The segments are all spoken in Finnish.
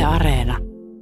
Areena.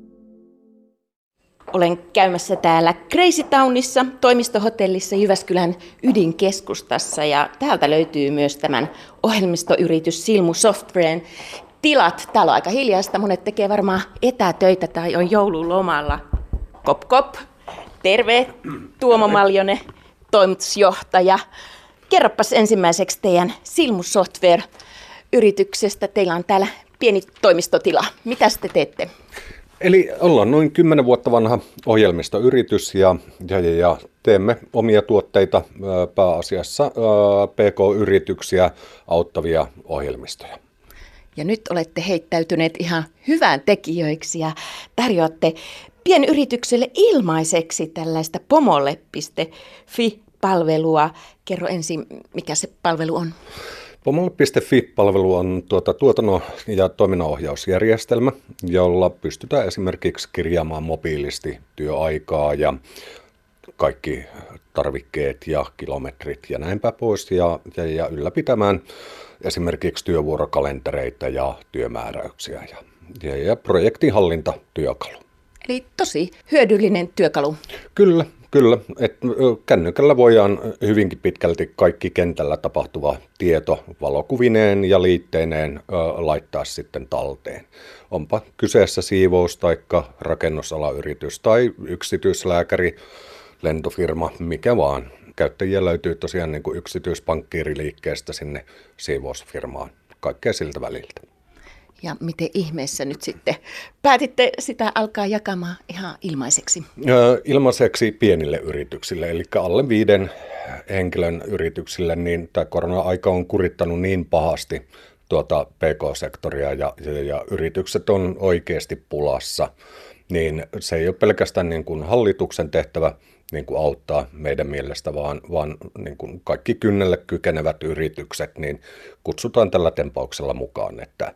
Olen käymässä täällä Crazy Townissa, toimistohotellissa Jyväskylän ydinkeskustassa ja täältä löytyy myös tämän ohjelmistoyritys Silmu Softwaren tilat. Täällä on aika hiljaista, monet tekee varmaan etätöitä tai on joululomalla. Kop kop, terve Tuomo Maljonen, toimitusjohtaja. Kerropas ensimmäiseksi teidän Silmu Software-yrityksestä. Teillä on täällä pieni toimistotila. Mitä te teette? Eli ollaan noin 10 vuotta vanha ohjelmistoyritys ja teemme omia tuotteita, pääasiassa PK-yrityksiä auttavia ohjelmistoja. Ja nyt olette heittäytyneet ihan hyvään tekijöiksi ja tarjoatte pienyritykselle ilmaiseksi tällaista pomolle.fi-palvelua. Kerro ensin, mikä se palvelu on. Pomolle.fi-palvelu on tuotannon ja toiminnanohjausjärjestelmä, jolla pystytään esimerkiksi kirjaamaan mobiilisti työaikaa ja kaikki tarvikkeet ja kilometrit ja näinpä pois ja ylläpitämään esimerkiksi työvuorokalentereita ja työmääräyksiä ja projektinhallintatyökalu. Eli tosi hyödyllinen työkalu. Kyllä. Kännykällä voidaan hyvinkin pitkälti kaikki kentällä tapahtuva tieto valokuvineen ja liitteineen laittaa sitten talteen. Onpa kyseessä siivous- tai rakennusalayritys tai yksityislääkäri, lentofirma, mikä vaan. Käyttäjiä löytyy tosiaan niin kuin yksityispankkiiriliikkeestä sinne siivousfirmaan, kaikkea siltä väliltä. Ja miten ihmeessä nyt sitten päätitte sitä alkaa jakamaan ihan ilmaiseksi? Ilmaiseksi pienille yrityksille, eli alle 5 henkilön yrityksille, niin tämä korona-aika on kurittanut niin pahasti tuota PK-sektoria ja yritykset on oikeasti pulassa, niin se ei ole pelkästään niin kuin hallituksen tehtävä niin kuin auttaa meidän mielestä, vaan niin kuin kaikki kynnelle kykenevät yritykset, niin kutsutaan tällä tempauksella mukaan, että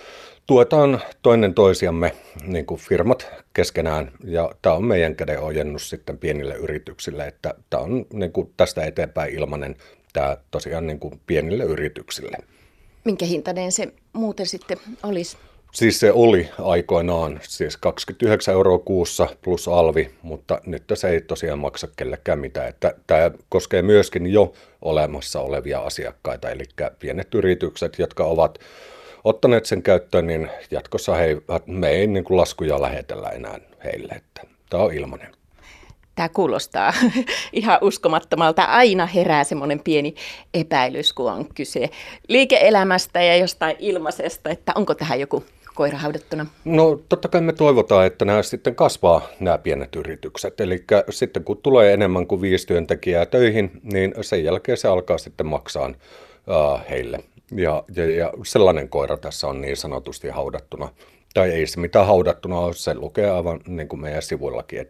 tuetaan toinen toisiamme, niin kuin firmat keskenään, ja tämä on meidän kädenojennus sitten pienille yrityksille, että tämä on niin kuin tästä eteenpäin ilmainen tämä tosiaan niin kuin pienille yrityksille. Minkä hintainen se muuten sitten olisi? Siis se oli aikoinaan siis 29 € kuussa plus alvi, mutta nyt se ei tosiaan maksa kellekään mitään. Että tämä koskee myöskin jo olemassa olevia asiakkaita, eli pienet yritykset, jotka ovat ottaneet sen käyttöön, niin jatkossa me ei niin kuin laskuja lähetellä enää heille, että tämä on ilmainen. Tämä kuulostaa ihan uskomattomalta. Aina herää semmoinen pieni epäilys, kun on kyse liike-elämästä ja jostain ilmaisesta, että onko tähän joku koira haudattuna? No totta kai me toivotaan, että nämä sitten kasvaa nämä pienet yritykset. Eli sitten kun tulee enemmän kuin 5 työntekijää töihin, niin sen jälkeen se alkaa sitten maksaa heille. Ja sellainen koira tässä on niin sanotusti haudattuna. Tai ei se mitään haudattuna ole, se lukee aivan niin kuin meidän sivuillakin.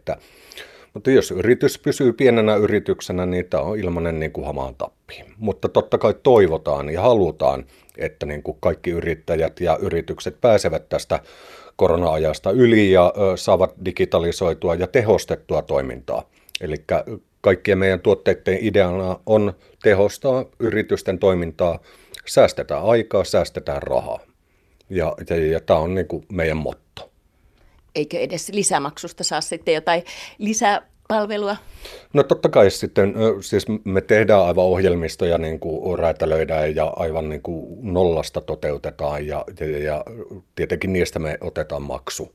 Mutta jos yritys pysyy pienenä yrityksenä, niin tämä on ilmainen niin kuin hamaan tappi. Mutta totta kai toivotaan ja halutaan, että niin kuin kaikki yrittäjät ja yritykset pääsevät tästä korona-ajasta yli ja saavat digitalisoitua ja tehostettua toimintaa. Eli kaikkien meidän tuotteiden ideana on tehostaa yritysten toimintaa, säästetään aikaa, säästetään rahaa. Ja tämä on niin kuin meidän motto. Eikö edes lisämaksusta saa sitten jotain lisäpalvelua? No totta kai sitten, siis me tehdään aivan ohjelmistoja, niin kuin räätälöidään ja aivan niin kuin nollasta toteutetaan ja tietenkin niistä me otetaan maksu.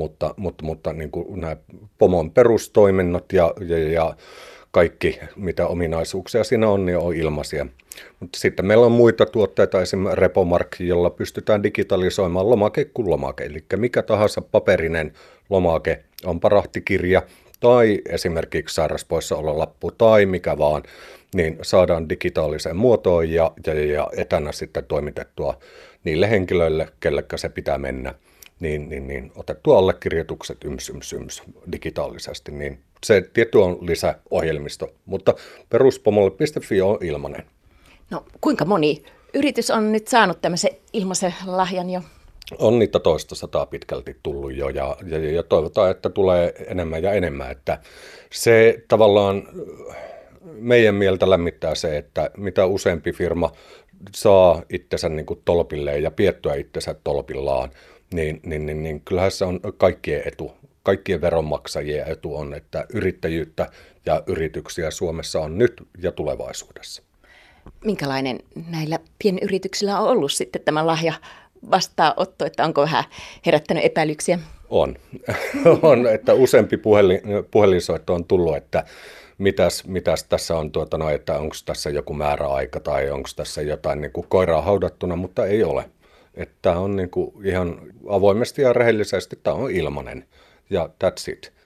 Mutta niin kuin nämä Pomon perustoiminnot ja kaikki, mitä ominaisuuksia siinä on, niin on ilmaisia. Mutta sitten meillä on muita tuotteita, esimerkiksi Repomark, jolla pystytään digitalisoimaan lomake kuin lomake. Eli mikä tahansa paperinen lomake, onpa rahtikirja tai esimerkiksi sairauspoissaololappu tai mikä vaan, niin saadaan digitaaliseen muotoon ja etänä sitten toimitettua niille henkilöille, kellekä se pitää mennä. Niin otettua allekirjoitukset yms digitaalisesti, niin se tietty on lisäohjelmisto, mutta peruspomolle.fi on ilmainen. No kuinka moni yritys on nyt saanut tämmöisen ilmaisen lahjan jo? On niitä toista sataa pitkälti tullut jo ja toivotaan, että tulee enemmän ja enemmän. Että se tavallaan meidän mieltä lämmittää se, että mitä useampi firma saa itsensä niin kuin tolpilleen ja piettyä itsensä tolpillaan, niin kyllähän se on kaikkien etu. Kaikkien veronmaksajien etu on, että yrittäjyyttä ja yrityksiä Suomessa on nyt ja tulevaisuudessa. Minkälainen näillä pienyrityksillä on ollut sitten tämä lahja vastaanotto, että onko vähän herättänyt epäilyksiä? On. On, että useampi puhelinsoitto on tullut, että mitäs tässä on, että onko tässä joku määräaika tai onko tässä jotain niin kuin koiraa haudattuna, mutta ei ole. Että tämä on niin kuin ihan avoimesti ja rehellisesti, tämä on ilmainen ja that's it.